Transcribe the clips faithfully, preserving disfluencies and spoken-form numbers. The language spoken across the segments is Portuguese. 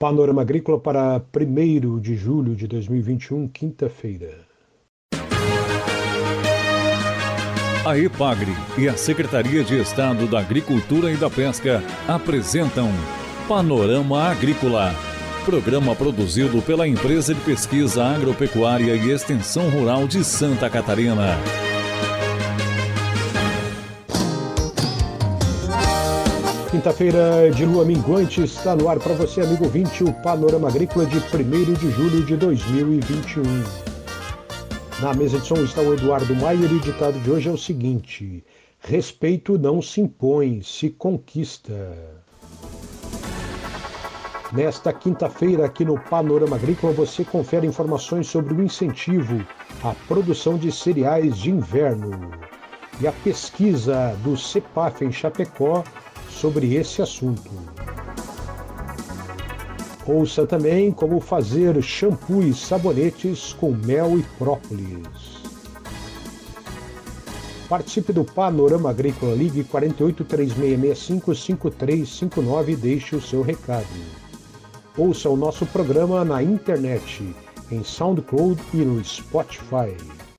Panorama Agrícola para primeiro de julho de dois mil e vinte e um, quinta-feira. A EPAGRE e a Secretaria de Estado da Agricultura e da Pesca apresentam Panorama Agrícola, programa produzido pela Empresa de Pesquisa Agropecuária e Extensão Rural de Santa Catarina. Quinta-feira de lua minguante está no ar para você, amigo ouvinte, o Panorama Agrícola de primeiro de julho de dois mil e vinte e um. Na mesa de som está o Eduardo Maier e o ditado de hoje é o seguinte: respeito não se impõe, se conquista. Nesta quinta-feira, aqui no Panorama Agrícola, você confere informações sobre o incentivo à produção de cereais de inverno e a pesquisa do CEPAF em Chapecó sobre esse assunto. Ouça também como fazer shampoo e sabonetes com mel e própolis. Participe do Panorama Agrícola, ligue quatro oito três seis seis cinco cinco três cinco nove e deixe o seu recado. Ouça o nosso programa na internet, em SoundCloud e no Spotify.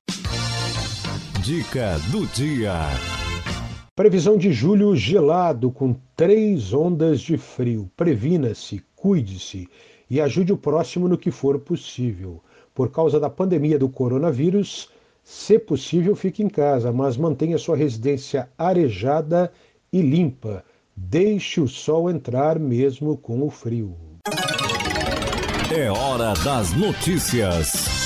Dica do dia. Previsão de julho gelado com três ondas de frio. Previna-se, cuide-se e ajude o próximo no que for possível. Por causa da pandemia do coronavírus, se possível, fique em casa, mas mantenha sua residência arejada e limpa. Deixe o sol entrar mesmo com o frio. É hora das notícias.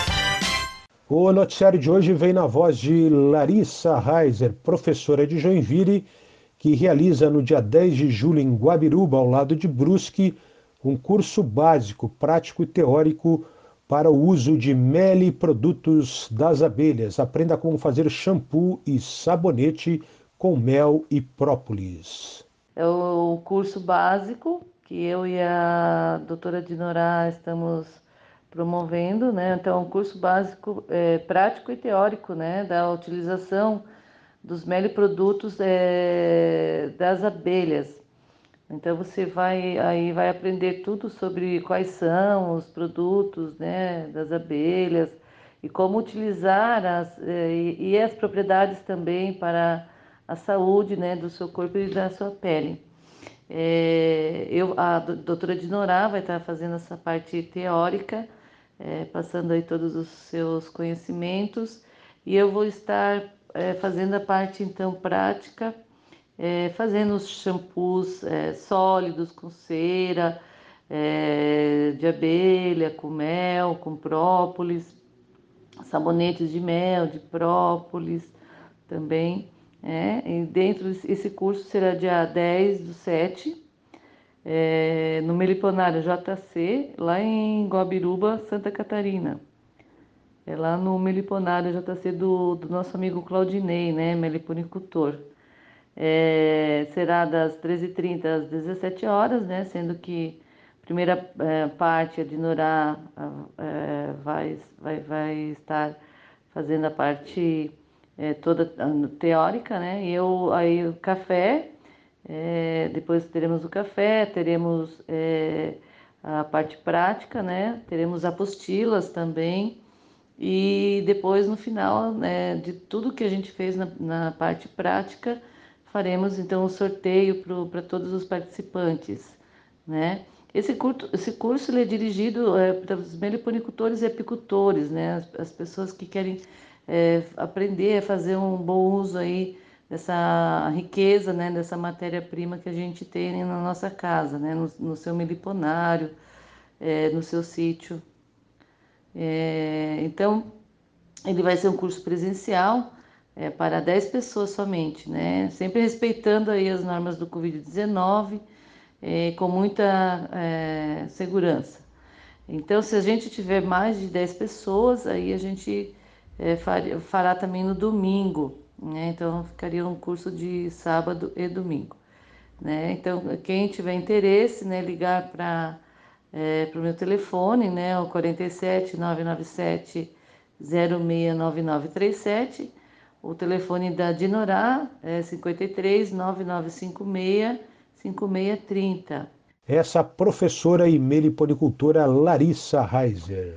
O noticiário de hoje vem na voz de Larissa Reiser, professora de Joinville, que realiza no dia dez de julho em Guabiruba, ao lado de Brusque, um curso básico, prático e teórico para o uso de mel e produtos das abelhas. Aprenda como fazer shampoo e sabonete com mel e própolis. É o curso básico que eu e a doutora Dinorá estamos promovendo, né? Então, um curso básico é, prático e teórico, né? Da utilização dos meliprodutos é, das abelhas. Então, você vai aí vai aprender tudo sobre quais são os produtos, né? Das abelhas e como utilizar as é, e, e as propriedades também para a saúde, né? Do seu corpo e da sua pele. É, eu, a doutora Dinorá vai estar fazendo essa parte teórica, é, passando aí todos os seus conhecimentos, e eu vou estar é, fazendo a parte então prática, é, fazendo os shampoos é, sólidos com cera, é, de abelha, com mel, com própolis, sabonetes de mel, de própolis também. É, e dentro desse curso será dia dez do sete, é, no Meliponário J C, lá em Guabiruba, Santa Catarina. É lá no Meliponário J C do, do nosso amigo Claudinei, né, meliponicultor. É, será das treze e trinta às dezessete horas, né, sendo que a primeira é, parte, a Dinorá, é, vai, vai, vai estar fazendo a parte é, toda teórica, né, e eu, aí o café, é, depois teremos o café, teremos é, a parte prática, né, teremos apostilas também, e depois no final, né, de tudo que a gente fez na, na parte prática, faremos então o sorteio para todos os participantes, né? Esse, curto, esse curso ele é dirigido é, para os meliponicultores e apicultores, né? As, as pessoas que querem é, aprender a fazer um bom uso aí dessa riqueza, né? Dessa matéria-prima que a gente tem na nossa casa, né? No, no seu meliponário, é, no seu sítio. É, então, ele vai ser um curso presencial, é, para dez pessoas somente, né? Sempre respeitando aí as normas do covid dezenove, é, com muita é, segurança. Então, se a gente tiver mais de dez pessoas, aí a gente é, fará, fará também no domingo, né? Então, ficaria um curso de sábado e domingo, né? Então, quem tiver interesse, né, ligar para é, o meu telefone, né, o quarenta e sete, nove nove sete, zero seis nove nove três sete. O telefone da Dinorá é cinquenta e três, nove nove cinco seis, cinco seis três zero. essa professora e meliponicultora Larissa Reiser.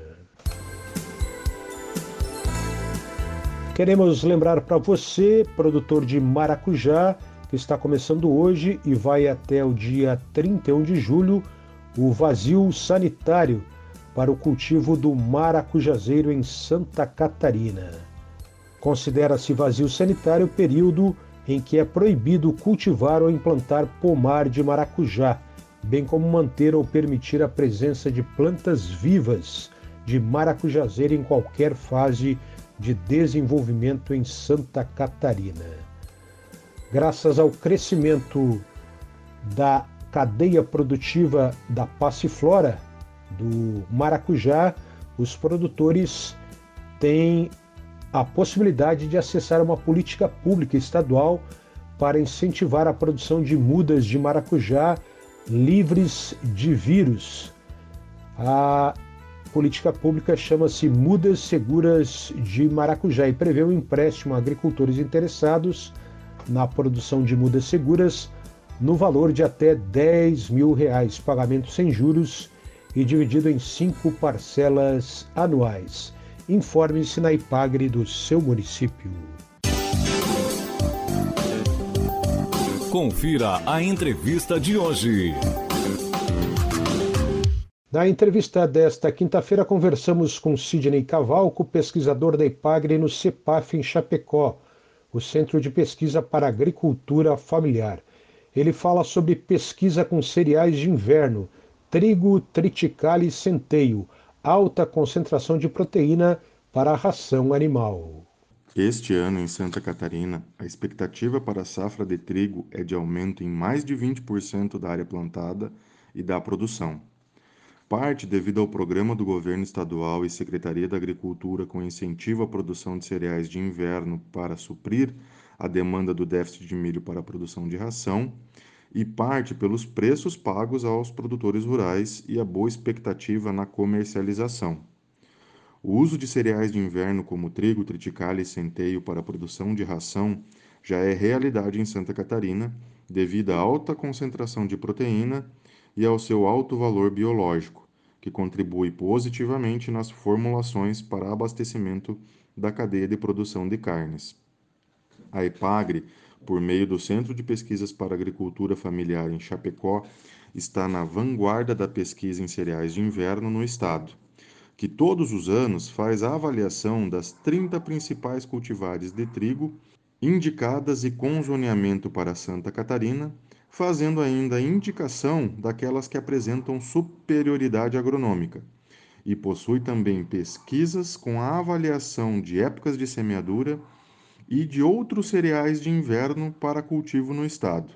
Queremos lembrar para você, produtor de maracujá, que está começando hoje e vai até o dia trinta e um de julho, o vazio sanitário para o cultivo do maracujazeiro em Santa Catarina. Considera-se vazio sanitário o período em que é proibido cultivar ou implantar pomar de maracujá, bem como manter ou permitir a presença de plantas vivas de maracujazeiro em qualquer fase de desenvolvimento em Santa Catarina. Graças ao crescimento da cadeia produtiva da passiflora do maracujá, os produtores têm a possibilidade de acessar uma política pública estadual para incentivar a produção de mudas de maracujá livres de vírus. A política pública chama-se Mudas Seguras de Maracujá e prevê um empréstimo a agricultores interessados na produção de mudas seguras no valor de até dez mil reais, pagamento sem juros e dividido em cinco parcelas anuais. Informe-se na Ipagre do seu município. Confira a entrevista de hoje. Na entrevista desta quinta-feira, conversamos com Sidney Cavalco, pesquisador da Ipagre no CEPAF em Chapecó, o Centro de Pesquisa para Agricultura Familiar. Ele fala sobre pesquisa com cereais de inverno, trigo, triticale e centeio, alta concentração de proteína para a ração animal. Este ano, em Santa Catarina, a expectativa para a safra de trigo é de aumento em mais de vinte por cento da área plantada e da produção. Parte devido ao programa do governo estadual e Secretaria da Agricultura com incentivo à produção de cereais de inverno para suprir a demanda do déficit de milho para a produção de ração, e parte pelos preços pagos aos produtores rurais e a boa expectativa na comercialização. O uso de cereais de inverno como trigo, triticale e centeio para a produção de ração já é realidade em Santa Catarina devido à alta concentração de proteína e ao seu alto valor biológico, que contribui positivamente nas formulações para abastecimento da cadeia de produção de carnes. A Ipagre, por meio do Centro de Pesquisas para Agricultura Familiar em Chapecó, está na vanguarda da pesquisa em cereais de inverno no estado, que todos os anos faz a avaliação das trinta principais cultivares de trigo indicadas e com zoneamento para Santa Catarina, fazendo ainda a indicação daquelas que apresentam superioridade agronômica, e possui também pesquisas com a avaliação de épocas de semeadura e de outros cereais de inverno para cultivo no estado.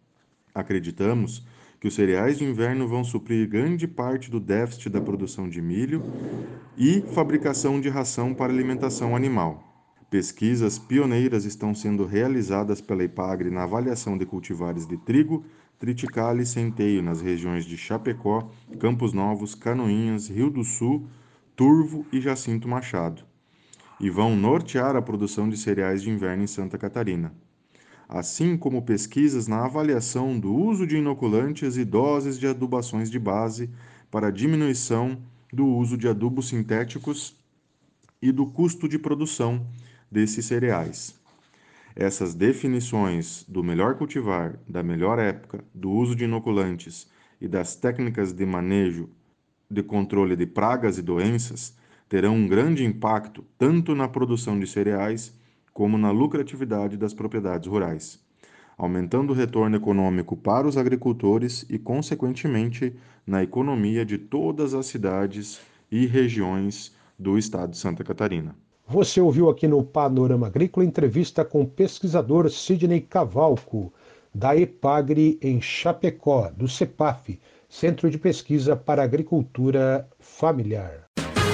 Acreditamos que os cereais de inverno vão suprir grande parte do déficit da produção de milho e fabricação de ração para alimentação animal. Pesquisas pioneiras estão sendo realizadas pela Ipagre na avaliação de cultivares de trigo, triticale e centeio nas regiões de Chapecó, Campos Novos, Canoinhas, Rio do Sul, Turvo e Jacinto Machado, e vão nortear a produção de cereais de inverno em Santa Catarina, assim como pesquisas na avaliação do uso de inoculantes e doses de adubações de base para diminuição do uso de adubos sintéticos e do custo de produção desses cereais. Essas definições do melhor cultivar, da melhor época, do uso de inoculantes e das técnicas de manejo de controle de pragas e doenças terão um grande impacto tanto na produção de cereais como na lucratividade das propriedades rurais, aumentando o retorno econômico para os agricultores e, consequentemente, na economia de todas as cidades e regiões do estado de Santa Catarina. Você ouviu aqui no Panorama Agrícola entrevista com o pesquisador Sidney Cavalco, da Ipagre em Chapecó, do CEPAF, Centro de Pesquisa para Agricultura Familiar.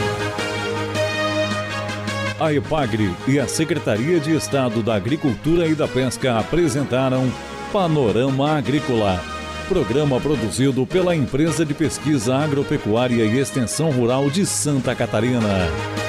A Ipagre e a Secretaria de Estado da Agricultura e da Pesca apresentaram Panorama Agrícola, programa produzido pela Empresa de Pesquisa Agropecuária e Extensão Rural de Santa Catarina.